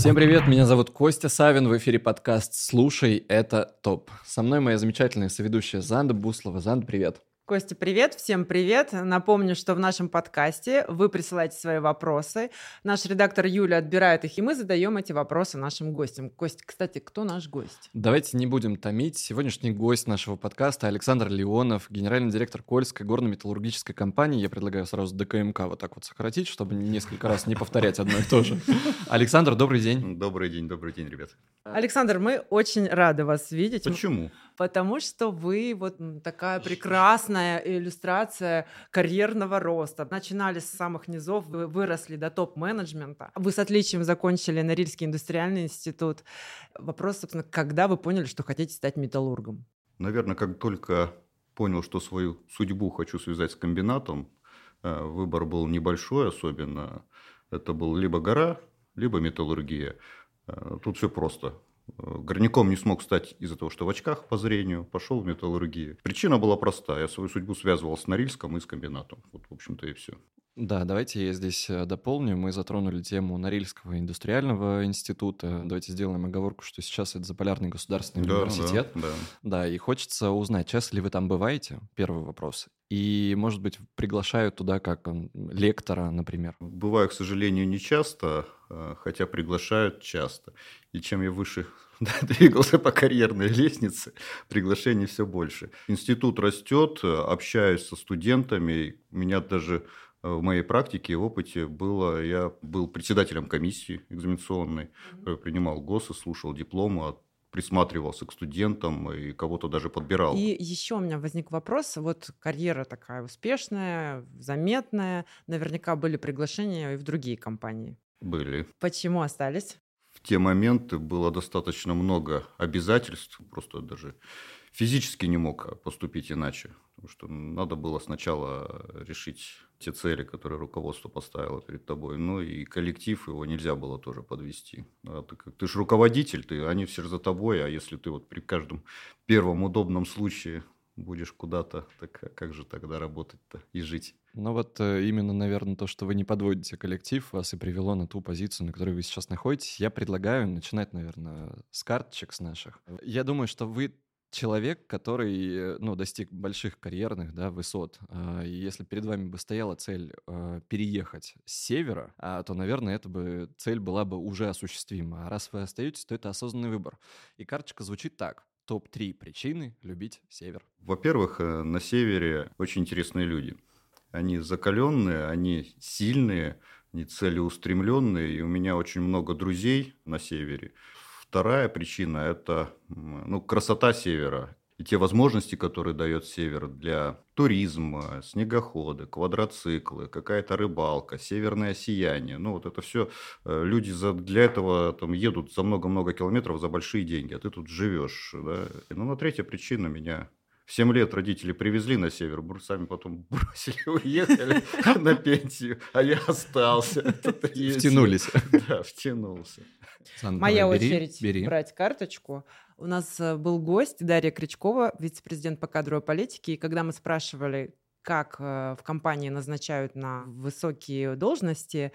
Всем привет, меня зовут Костя Савин, в эфире подкаст «Слушай, это ТОП». Со мной моя замечательная соведущая Занда Буслова. Занда, привет. Костя, привет, всем привет. Напомню, что в нашем подкасте вы присылаете свои вопросы. Наш редактор Юля отбирает их, и мы задаем эти вопросы нашим гостям. Костя, кстати, кто наш гость? Давайте не будем томить. Сегодняшний гость нашего подкаста Александр Леонов, генеральный директор Кольской горно-металлургической компании. Я предлагаю сразу ДКМК вот так вот сократить, чтобы несколько раз не повторять одно и то же. Александр, добрый день. Добрый день, ребят. Александр, мы очень рады вас видеть. Почему? Потому что вы вот такая прекрасная иллюстрация карьерного роста. Начинали с самых низов, вы выросли до топ-менеджмента. Вы с отличием закончили Норильский индустриальный институт. Вопрос, собственно, когда вы поняли, что хотите стать металлургом? Наверное, как только понял, что свою судьбу хочу связать с комбинатом, выбор был небольшой особенно. Это был либо гора, либо металлургия. Тут все просто. Горняком не смог стать из-за того, что в очках по зрению, пошел в металлургию. Причина была простая. Я свою судьбу связывал с Норильском и с комбинатом. Вот, в общем-то, и все. Да, давайте я здесь дополню. Мы затронули тему Норильского индустриального института. Давайте сделаем оговорку, что сейчас это Заполярный государственный университет. Да, и хочется узнать, часто ли вы там бываете? Первый вопрос. И, может быть, приглашают туда как лектора, например? Бываю, к сожалению, не часто, хотя приглашают часто. И чем я выше двигался по карьерной лестнице, приглашений все больше. Институт растет, общаюсь со студентами. Меня даже в моей практике и опыте было, я был председателем комиссии экзаменационной, принимал ГОСы, слушал дипломы, присматривался к студентам и кого-то даже подбирал. И еще у меня возник вопрос. Вот карьера такая успешная, заметная. Наверняка были приглашения и в другие компании. Были. Почему остались? В те моменты было достаточно много обязательств, просто даже физически не мог поступить иначе, потому что надо было сначала решить те цели, которые руководство поставило перед тобой, ну и коллектив, его нельзя было тоже подвести. Ты же руководитель, они все же за тобой, а если ты вот при каждом первом удобном случае будешь куда-то, так как же тогда работать-то и жить? Ну вот именно, наверное, то, что вы не подводите коллектив, вас и привело на ту позицию, на которой вы сейчас находитесь. Я предлагаю начинать, наверное, с карточек с наших. Я думаю, что вы человек, который, достиг больших карьерных, высот. И если перед вами бы стояла цель переехать с севера, то, наверное, эта цель была бы уже осуществима. А раз вы остаетесь, то это осознанный выбор. И карточка звучит так. Топ-3 причины любить север. Во-первых, на севере очень интересные люди. Они закаленные, они сильные, они целеустремленные. И у меня очень много друзей на севере. Вторая причина – это красота севера и те возможности, которые дает север для туризма, снегоходы, квадроциклы, какая-то рыбалка, северное сияние. Вот это все люди для этого едут за много-много километров за большие деньги, а ты тут живешь. Да? На третья причина меня... В 7 лет родители привезли на север, сами потом бросили, уехали на пенсию, а я остался. Втянулись. Да, втянулся. Моя очередь брать карточку. У нас был гость Дарья Крючкова, вице-президент по кадровой политике, и когда мы спрашивали, как в компании назначают на высокие должности,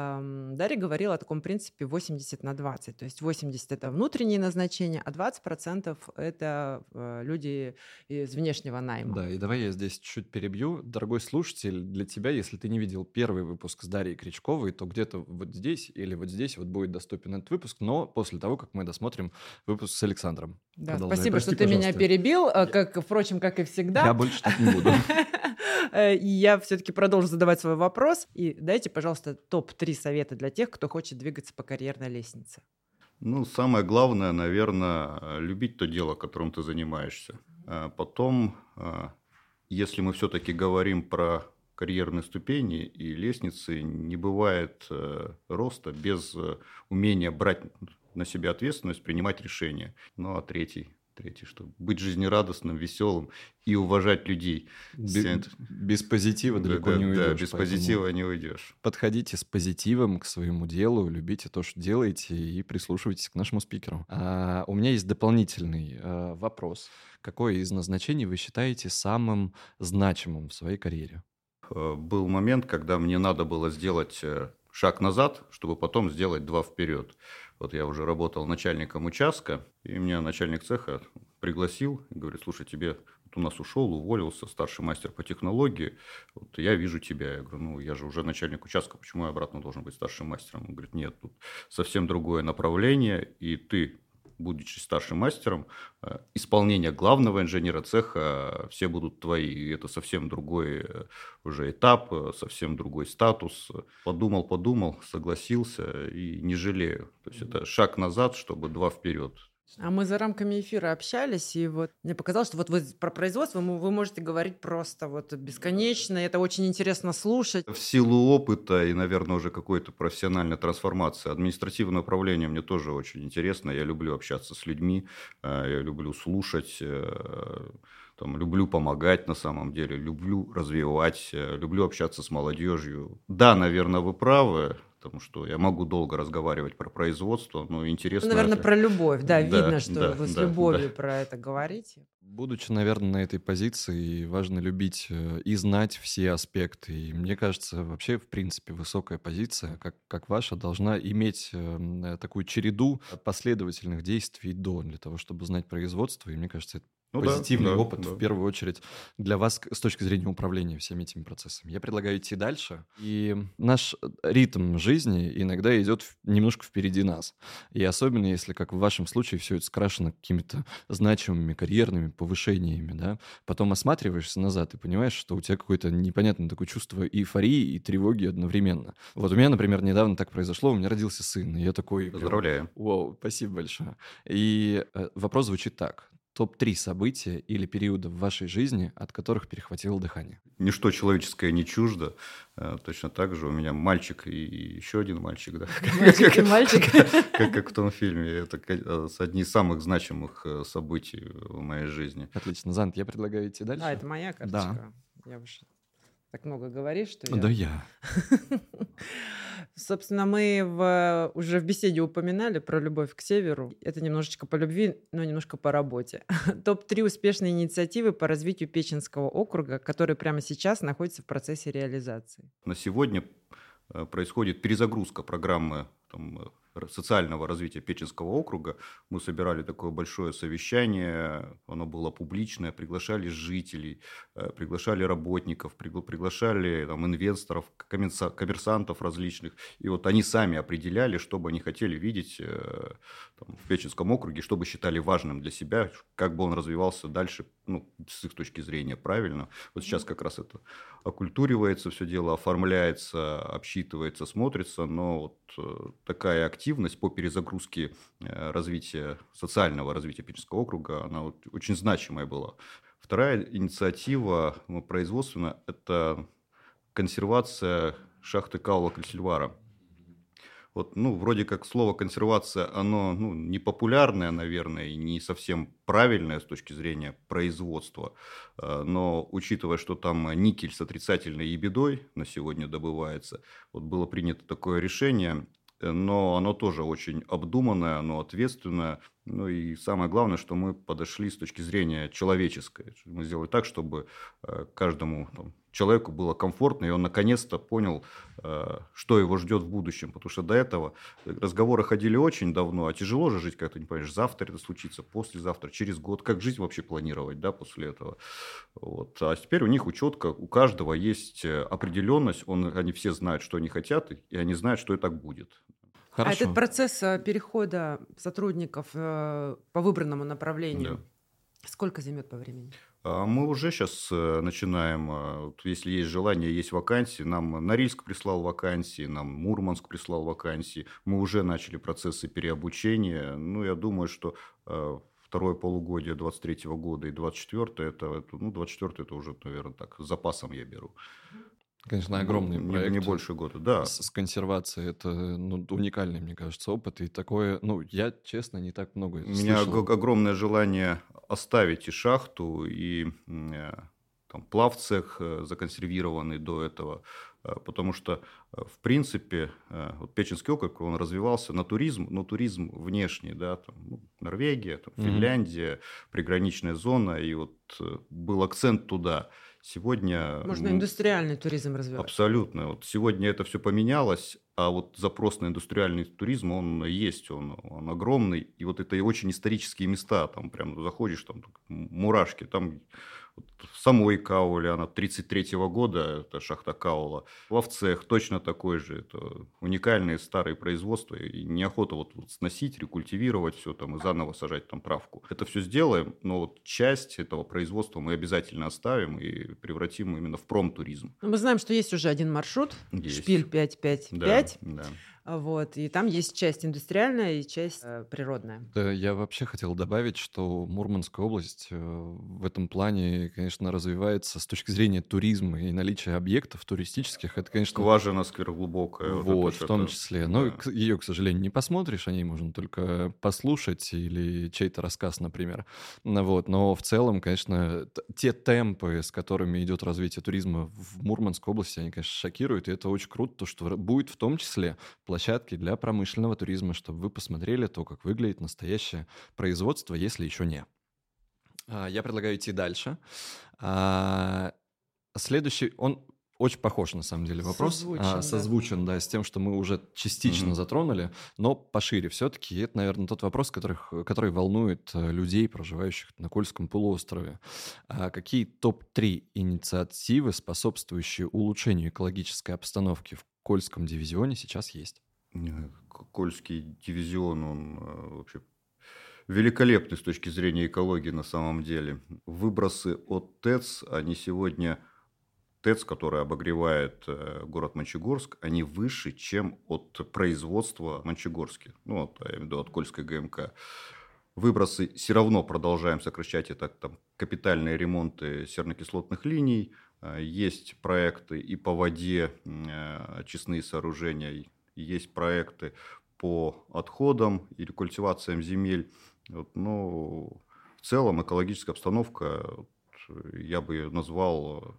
Дарья говорила о таком принципе 80/20. То есть 80% – это внутренние назначения, а 20% – это люди из внешнего найма. Да, и давай я здесь чуть перебью. Дорогой слушатель, для тебя, если ты не видел первый выпуск с Дарьей Крючковой, то где-то вот здесь или вот здесь будет доступен этот выпуск, но после того, как мы досмотрим выпуск с Александром. Да, спасибо, что ты меня перебил, впрочем, как и всегда. Я больше так не буду. И я все-таки продолжу задавать свой вопрос. И дайте, пожалуйста, топ-3 совета для тех, кто хочет двигаться по карьерной лестнице. Самое главное, наверное, любить то дело, которым ты занимаешься. Потом, если мы все-таки говорим про карьерные ступени и лестницы, не бывает роста без умения брать на себя ответственность, принимать решения. А третий, что быть жизнерадостным, веселым и уважать людей. Без позитива далеко не уйдешь. Да, без позитива не уйдешь. Подходите с позитивом к своему делу, любите то, что делаете, и прислушивайтесь к нашему спикеру. У меня есть дополнительный вопрос. Какое из назначений вы считаете самым значимым в своей карьере? Был момент, когда мне надо было сделать шаг назад, чтобы потом сделать 2 вперед. Вот я уже работал начальником участка, и меня начальник цеха пригласил и говорит: слушай, тебе у нас ушел, уволился старший мастер по технологии, вот я вижу тебя. Я говорю: ну, я же уже начальник участка, почему я обратно должен быть старшим мастером? Он говорит: нет, тут совсем другое направление, и ты, будучи старшим мастером, исполнение главного инженера цеха все будут твои. И это совсем другой уже этап, совсем другой статус. Подумал, согласился и не жалею. То есть это шаг назад, чтобы два вперед. А мы за рамками эфира общались, и вот мне показалось, что вот вы про производство вы можете говорить просто вот бесконечно, это очень интересно слушать. В силу опыта и, наверное, уже какой-то профессиональной трансформации. Административное управление мне тоже очень интересно. Я люблю общаться с людьми, я люблю слушать, люблю помогать на самом деле, люблю развивать, люблю общаться с молодежью. Да, наверное, вы правы. Потому что я могу долго разговаривать про производство, но интересно... наверное, про любовь, да, видно, что вы с любовью про это говорите. Будучи, наверное, на этой позиции, важно любить и знать все аспекты. И мне кажется, вообще, в принципе, высокая позиция, как ваша, должна иметь такую череду последовательных действий для того, чтобы знать производство. И мне кажется, это позитивный опыт, в первую очередь, для вас с точки зрения управления всеми этими процессами. Я предлагаю идти дальше. И наш ритм жизни иногда идет немножко впереди нас. И особенно, если, как в вашем случае, все это скрашено какими-то значимыми карьерными повышениями, да, потом осматриваешься назад и понимаешь, что у тебя какое-то непонятное такое чувство эйфории и тревоги одновременно. Вот у меня, например, недавно так произошло, у меня родился сын, и я такой... Поздравляю. Вау, спасибо большое. И вопрос звучит так. Топ-3 события или периода в вашей жизни, от которых перехватило дыхание? Ничто человеческое не чуждо. Точно так же у меня мальчик и еще один мальчик. Да? Мальчик и мальчик. Как в том фильме. Это одни из самых значимых событий в моей жизни. Отлично. Зант, я предлагаю идти дальше. Это моя карточка. Да. Я уж так много говоришь, что Да, я. Собственно, мы уже в беседе упоминали про любовь к северу. Это немножечко по любви, но немножко по работе. Топ-3 успешные инициативы по развитию Печенского округа, которые прямо сейчас находятся в процессе реализации. На сегодня происходит перезагрузка программы социального развития Печенского округа. Мы собирали такое большое совещание, оно было публичное, приглашали жителей, приглашали работников, приглашали инвесторов, коммерсантов различных. И вот они сами определяли, что бы они хотели видеть в Печенском округе, что бы считали важным для себя, как бы он развивался дальше, с их точки зрения правильно. Вот сейчас как раз это окультуривается, все дело оформляется, обсчитывается, смотрится, но вот такая активность по перезагрузке социального развития Печенского округа, она очень значимая была. Вторая инициатива производственная – это консервация шахты Каула-Кресельвара. Вроде как слово консервация, оно не популярное, наверное, и не совсем правильное с точки зрения производства. Но учитывая, что там никель с отрицательной ебедой на сегодня добывается, было принято такое решение, но оно тоже очень обдуманное, оно ответственное. И самое главное, что мы подошли с точки зрения человеческой. Мы сделали так, чтобы каждому человеку было комфортно, и он наконец-то понял, что его ждет в будущем. Потому что до этого разговоры ходили очень давно, а тяжело же жить, как ты не понимаешь, завтра это случится, послезавтра, через год. Как жизнь вообще планировать, да, после этого? А теперь у них четко, у каждого есть определенность, они все знают, что они хотят, и они знают, что и так будет. Хорошо. А этот процесс перехода сотрудников по выбранному направлению, сколько займет по времени? Мы уже сейчас начинаем, если есть желание, есть вакансии. Нам Норильск прислал вакансии, нам Мурманск прислал вакансии. Мы уже начали процессы переобучения. Я думаю, что второе полугодие 23 года и 24 это уже, наверное, так, с запасом я беру. Конечно, огромный проект. Не больше года, да. С консервацией это уникальный, мне кажется, опыт. И такое, я, честно, не так много слышал. У меня огромное желание оставить и шахту, и плавцех законсервированный до этого. Потому что, в принципе, Печенский округ, он развивался на туризм, но туризм внешний, да, Норвегия, Финляндия, приграничная зона, и был акцент туда. Сегодня... Можно индустриальный туризм развивать. Абсолютно. Вот сегодня это все поменялось, а вот запрос на индустриальный туризм, он есть, он огромный. И вот это и очень исторические места, там прям заходишь, там мурашки, там вот в самой Кауле, она 1933 года, это шахта Каула. В Овцех точно такой же. Это уникальные старые производства. И неохота вот сносить, рекультивировать все там и заново сажать там травку. Это все сделаем, но вот часть этого производства мы обязательно оставим и превратим именно в промтуризм. Мы знаем, что есть уже один маршрут, Есть. Шпиль 555. Да. Вот, и там есть часть индустриальная и часть природная. Да, я вообще хотел добавить, что Мурманская область в этом плане, конечно, развивается с точки зрения туризма и наличия объектов туристических. Это, конечно... Скважина сквероглубокая. Вот, в том числе. Но ее, к сожалению, не посмотришь, о ней можно только послушать или чей-то рассказ, например. Вот. Но в целом, конечно, те темпы, с которыми идет развитие туризма в Мурманской области, они, конечно, шокируют. И это очень круто, то, что будет в том числе площадки для промышленного туризма, чтобы вы посмотрели то, как выглядит настоящее производство, если еще не. Я предлагаю идти дальше. Следующий, он очень похож, на самом деле, вопрос. Созвучен, да, с тем, что мы уже частично затронули, но пошире все-таки. И это, наверное, тот вопрос, который волнует людей, проживающих на Кольском полуострове. Какие топ-3 инициативы, способствующие улучшению экологической обстановки в Кольском дивизионе, сейчас есть? Кольский дивизион, он вообще великолепный с точки зрения экологии на самом деле. Выбросы от ТЭЦ, они сегодня... ТЭЦ, который обогревает город Мончегорск, они выше, чем от производства в Мончегорске. Ну, вот, я имею в виду от Кольской ГМК. Выбросы все равно продолжаем сокращать. Это там капитальные ремонты сернокислотных линий. Есть проекты и по воде, очистные сооружения. Есть проекты по отходам и рекультивациям земель. Вот, но в целом экологическая обстановка, я бы ее назвал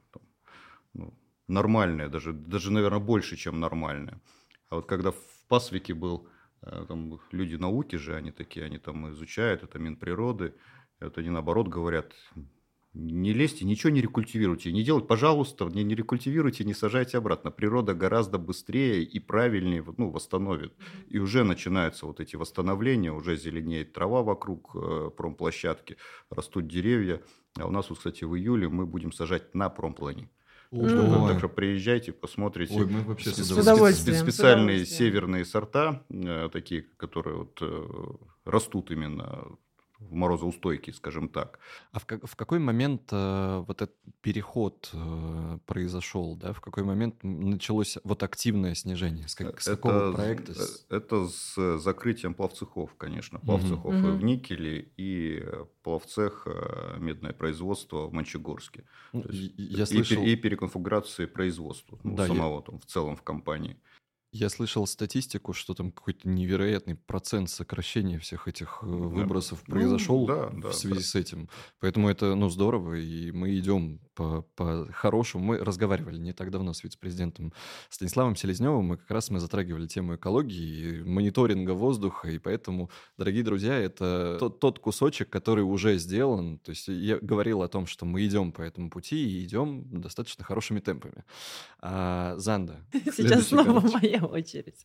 нормальная, даже, наверное, больше, чем нормальная. А вот когда в Пасвике был, там люди науки же, они такие, они там изучают, это Минприроды, это они наоборот говорят... Не лезьте, ничего не рекультивируйте, не делайте, пожалуйста, не рекультивируйте, не сажайте обратно. Природа гораздо быстрее и правильнее восстановит. И уже начинаются вот эти восстановления, уже зеленеет трава вокруг промплощадки, растут деревья. А у нас, кстати, в июле мы будем сажать на промплане. Так что приезжайте, посмотрите. Ой, мы вообще с удовольствием. Специальные северные сорта, такие, которые вот растут именно... морозоустойкий, скажем так. А в какой момент вот этот переход произошел, да? В какой момент началось вот активное снижение? С какого проекта? Это с закрытием плавцехов, конечно. Плавцехов и в Никеле, и плавцех медное производство в Мончегорске. Я слышал... И переконфигурации производства самого там, в целом в компании. Я слышал статистику, что там какой-то невероятный процент сокращения всех этих выбросов произошел в связи с этим. Поэтому это, здорово, и мы идем по-хорошему. Мы разговаривали не так давно с вице-президентом Станиславом Селезневым, и как раз мы затрагивали тему экологии, мониторинга воздуха, и поэтому, дорогие друзья, это тот кусочек, который уже сделан. То есть я говорил о том, что мы идем по этому пути и идем достаточно хорошими темпами. Занда. Сейчас снова моя очередь.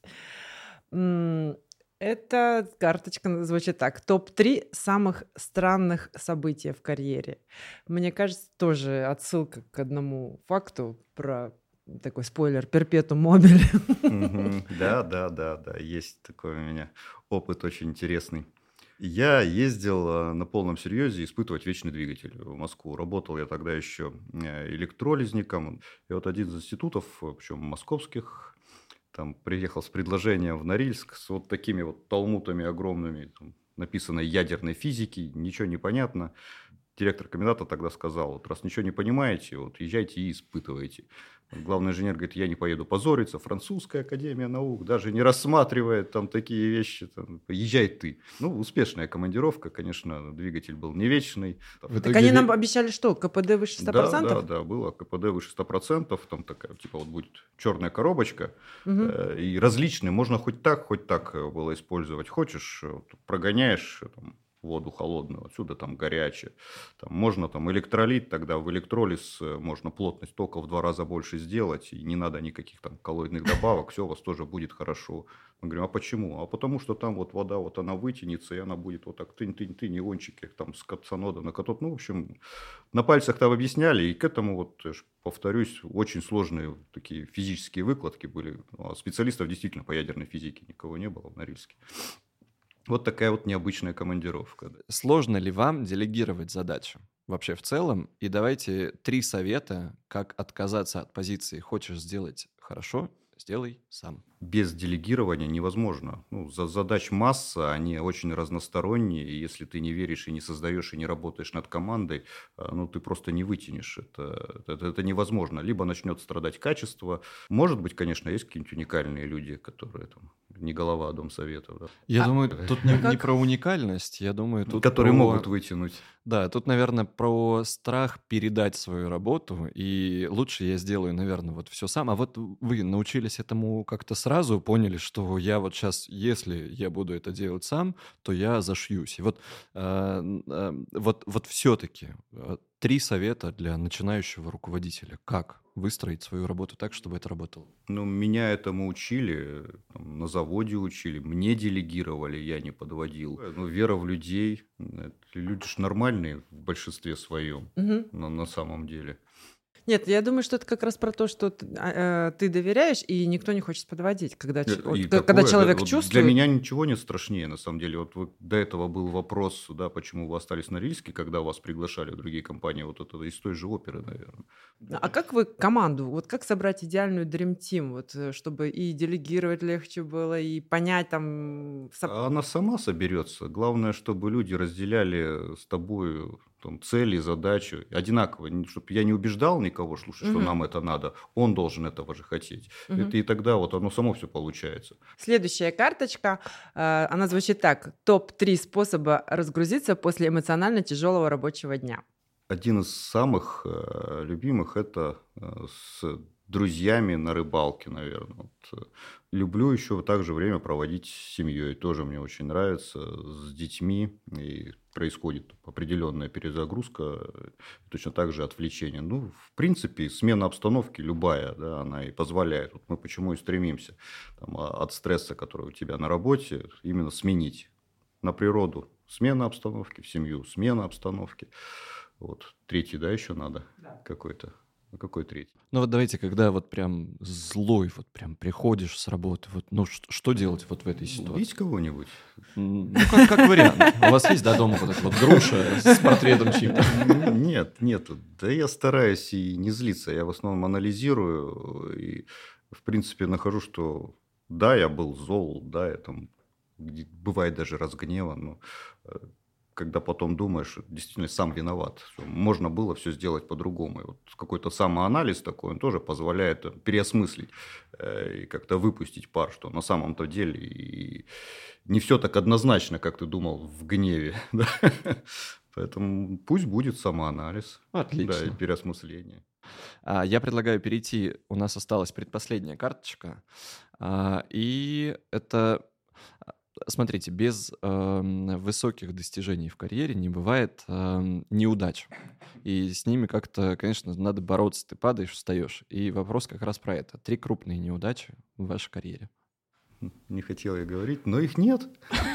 Эта карточка звучит так. Топ-3 самых странных событий в карьере. Мне кажется, тоже отсылка к одному факту про такой спойлер перпетум мобиле. Да. Есть такой у меня опыт очень интересный. Я ездил на полном серьезе испытывать вечный двигатель в Москву. Работал я тогда еще электролизником. И вот один из институтов, причем московских, там приехал с предложением в Норильск с вот такими вот талмутами огромными, там, написанной ядерной физики, ничего не понятно. Директор комбината тогда сказал, вот раз ничего не понимаете, вот езжайте и испытывайте. Главный инженер говорит, я не поеду позориться, французская академия наук даже не рассматривает там такие вещи, там, езжай ты. Успешная командировка, конечно, двигатель был не вечный. Так они нам обещали что, КПД выше 100%? Да, было КПД выше 100%, там такая, типа вот будет черная коробочка, и различные, можно хоть так было использовать, хочешь, прогоняешь, там, воду холодную, отсюда там горячее. Там можно там электролит, тогда в электролиз можно плотность тока в 2 раза больше сделать, и не надо никаких там коллоидных добавок, все у вас тоже будет хорошо. Мы говорим, а почему? А потому что там вот вода, вот она вытянется, и она будет вот так тынь-тынь-тынь, иончики там с катсонода на катод. Ну, в общем, на пальцах там объясняли, и к этому, вот, повторюсь, очень сложные такие физические выкладки были. А специалистов действительно по ядерной физике никого не было в Норильске. Вот такая вот необычная командировка. Сложно ли вам делегировать задачу вообще в целом? И давайте 3 совета, как отказаться от позиции «хочешь сделать хорошо, сделай сам». Без делегирования невозможно. Задач масса, они очень разносторонние, и если ты не веришь и не создаешь, и не работаешь над командой, ты просто не вытянешь. Это невозможно. Либо начнет страдать качество. Может быть, конечно, есть какие-нибудь уникальные люди, которые там не голова, а дом советов. Да? Я думаю, тут не про уникальность, я думаю, тут которые могут вытянуть. Да, тут, наверное, про страх передать свою работу, и лучше я сделаю, наверное, вот все сам. А вот вы научились этому как-то сразу, поняли, что я вот сейчас, если я буду это делать сам, то я зашьюсь. И вот все-таки 3 совета для начинающего руководителя. Как выстроить свою работу так, чтобы это работало? Меня этому учили, на заводе учили, мне делегировали, я не подводил. Вера в людей. Люди ж нормальные в большинстве своем, на самом деле. Нет, я думаю, что это как раз про то, что ты доверяешь, и никто не хочет подводить, когда человек чувствует. Для меня ничего не страшнее, на самом деле. Вот до этого был вопрос, да, почему вы остались в Норильске, когда вас приглашали в другие компании, вот это из той же оперы, наверное. А как вы команду, вот как собрать идеальную Dream Team, вот, чтобы и делегировать легче было, и понять там... Она сама соберется. Главное, чтобы люди разделяли с тобой цели, задачи одинаково, чтобы я не убеждал никого, слушай, что нам это надо, он должен этого же хотеть. И тогда вот оно само все получается. Следующая карточка, она звучит так: топ-3 способа разгрузиться после эмоционально тяжелого рабочего дня. Один из самых любимых – это с друзьями на рыбалке, наверное. Вот. Люблю еще также время проводить с семьей. Тоже мне очень нравится, с детьми. И происходит определенная перезагрузка, точно так же отвлечение. В принципе, смена обстановки любая, да, она и позволяет. Вот мы почему и стремимся от стресса, который у тебя на работе, именно сменить на природу. Смена обстановки, в семью, смена обстановки. Вот. 3-й, да, еще надо какой-то. Какой 3-й? Вот давайте, когда вот прям злой, вот прям приходишь с работы, вот, что делать вот в этой ситуации? Убить кого-нибудь? Как вариант. У вас есть, да, дома вот эта вот груша с портретом чьим-то? Нет. Да я стараюсь и не злиться. Я в основном анализирую и, в принципе, нахожу, что да, я был зол, да, я там бывает даже разгневан, но когда потом думаешь, действительно сам виноват. Можно было все сделать по-другому. И вот какой-то самоанализ такой, он тоже позволяет переосмыслить и как-то выпустить пар, что на самом-то деле и не все так однозначно, как ты думал в гневе. Да? Поэтому пусть будет самоанализ. Отлично. Да, и переосмысление. Я предлагаю перейти, у нас осталась предпоследняя карточка, и это... Смотрите, без высоких достижений в карьере не бывает неудач. И с ними как-то, конечно, надо бороться. Ты падаешь, встаешь. И вопрос как раз про это. 3 крупные неудачи в вашей карьере. Не хотел я говорить, но их нет.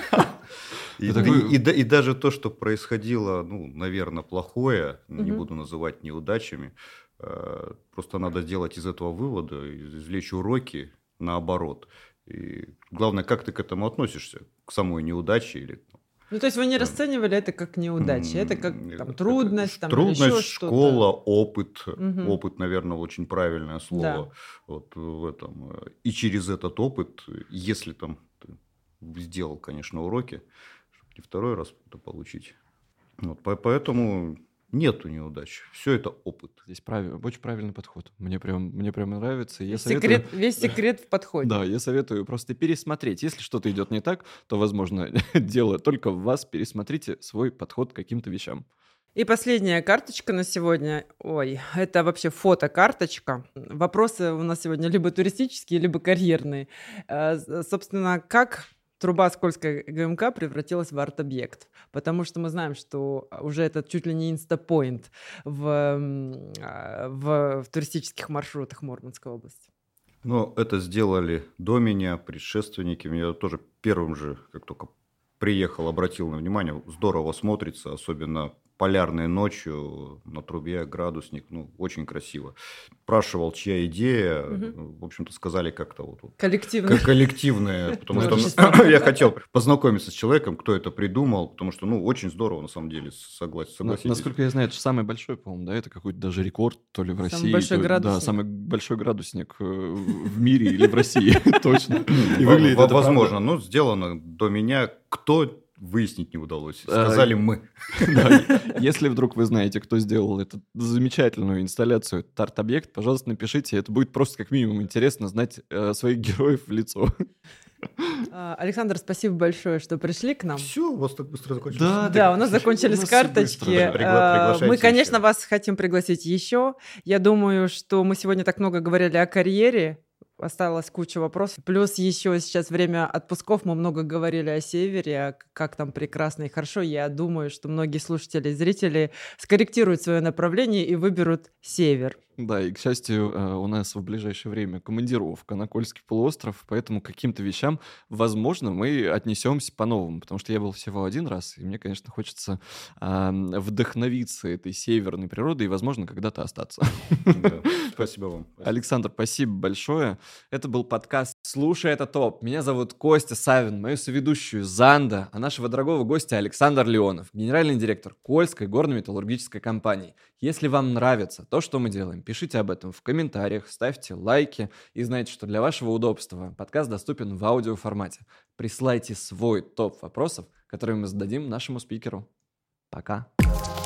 И даже то, что происходило, наверное, плохое, не буду называть неудачами, просто надо сделать из этого вывода, извлечь уроки наоборот. И главное, как ты к этому относишься, к самой неудаче или... то есть вы не расценивали это как неудачу, это как трудность, трудность, или еще школа, что-то. опыт. Опыт, наверное, очень правильное слово. Да. Вот в этом. И через этот опыт, если ты сделал, конечно, уроки, чтобы не второй раз это получить. Вот, поэтому... Нету неудач. Все это опыт. Здесь очень правильный подход. Мне прям нравится. Весь секрет в подходе. Да, я советую просто пересмотреть. Если что-то идет не так, то, возможно, дело только в вас. Пересмотрите свой подход к каким-то вещам. И последняя карточка на сегодня. Это вообще фотокарточка. Вопросы у нас сегодня либо туристические, либо карьерные. Собственно, как труба с Кольской ГМК превратилась в арт-объект, потому что мы знаем, что уже это чуть ли не инстапоинт в туристических маршрутах Мурманской области. Но это сделали до меня, предшественники. Я тоже первым же, как только приехал, обратил на внимание. Здорово смотрится, особенно полярной ночью на трубе градусник. Очень красиво. Спрашивал, чья идея. В общем-то, сказали как-то вот коллективная. Потому что я хотел познакомиться с человеком, кто это придумал. Потому что, очень здорово, на самом деле, согласитесь. Насколько я знаю, это самый большой, по-моему, да? Это какой-то даже рекорд, то ли в России. Самый большой градусник. Да, самый большой градусник в мире или в России. Точно. Возможно. Сделано до меня. Кто... Выяснить не удалось. Сказали мы. Если вдруг вы знаете, кто сделал эту замечательную инсталляцию, этот арт-объект, пожалуйста, напишите. Это будет просто как минимум интересно знать своих героев в лицо. Александр, спасибо большое, что пришли к нам. Все, у вас так быстро закончилось. Да, у нас закончились карточки. Мы, конечно, вас хотим пригласить еще. Я думаю, что мы сегодня так много говорили о карьере. Осталась куча вопросов. Плюс еще сейчас время отпусков. Мы много говорили о севере, как там прекрасно и хорошо. Я думаю, что многие слушатели и зрители скорректируют свое направление и выберут север. Да, и, к счастью, у нас в ближайшее время командировка на Кольский полуостров, поэтому к каким-то вещам, возможно, мы отнесемся по-новому, потому что я был всего один раз, и мне, конечно, хочется вдохновиться этой северной природой и, возможно, когда-то остаться. Спасибо вам. Александр, спасибо большое. Это был подкаст «Слушай, это топ». Меня зовут Костя Савин, мою соведущую Занда, а нашего дорогого гостя Александр Леонов, генеральный директор Кольской горно-металлургической компании. Если вам нравится то, что мы делаем, пишите об этом в комментариях, ставьте лайки и знайте, что для вашего удобства подкаст доступен в аудиоформате. Присылайте свой топ вопросов, которые мы зададим нашему спикеру. Пока.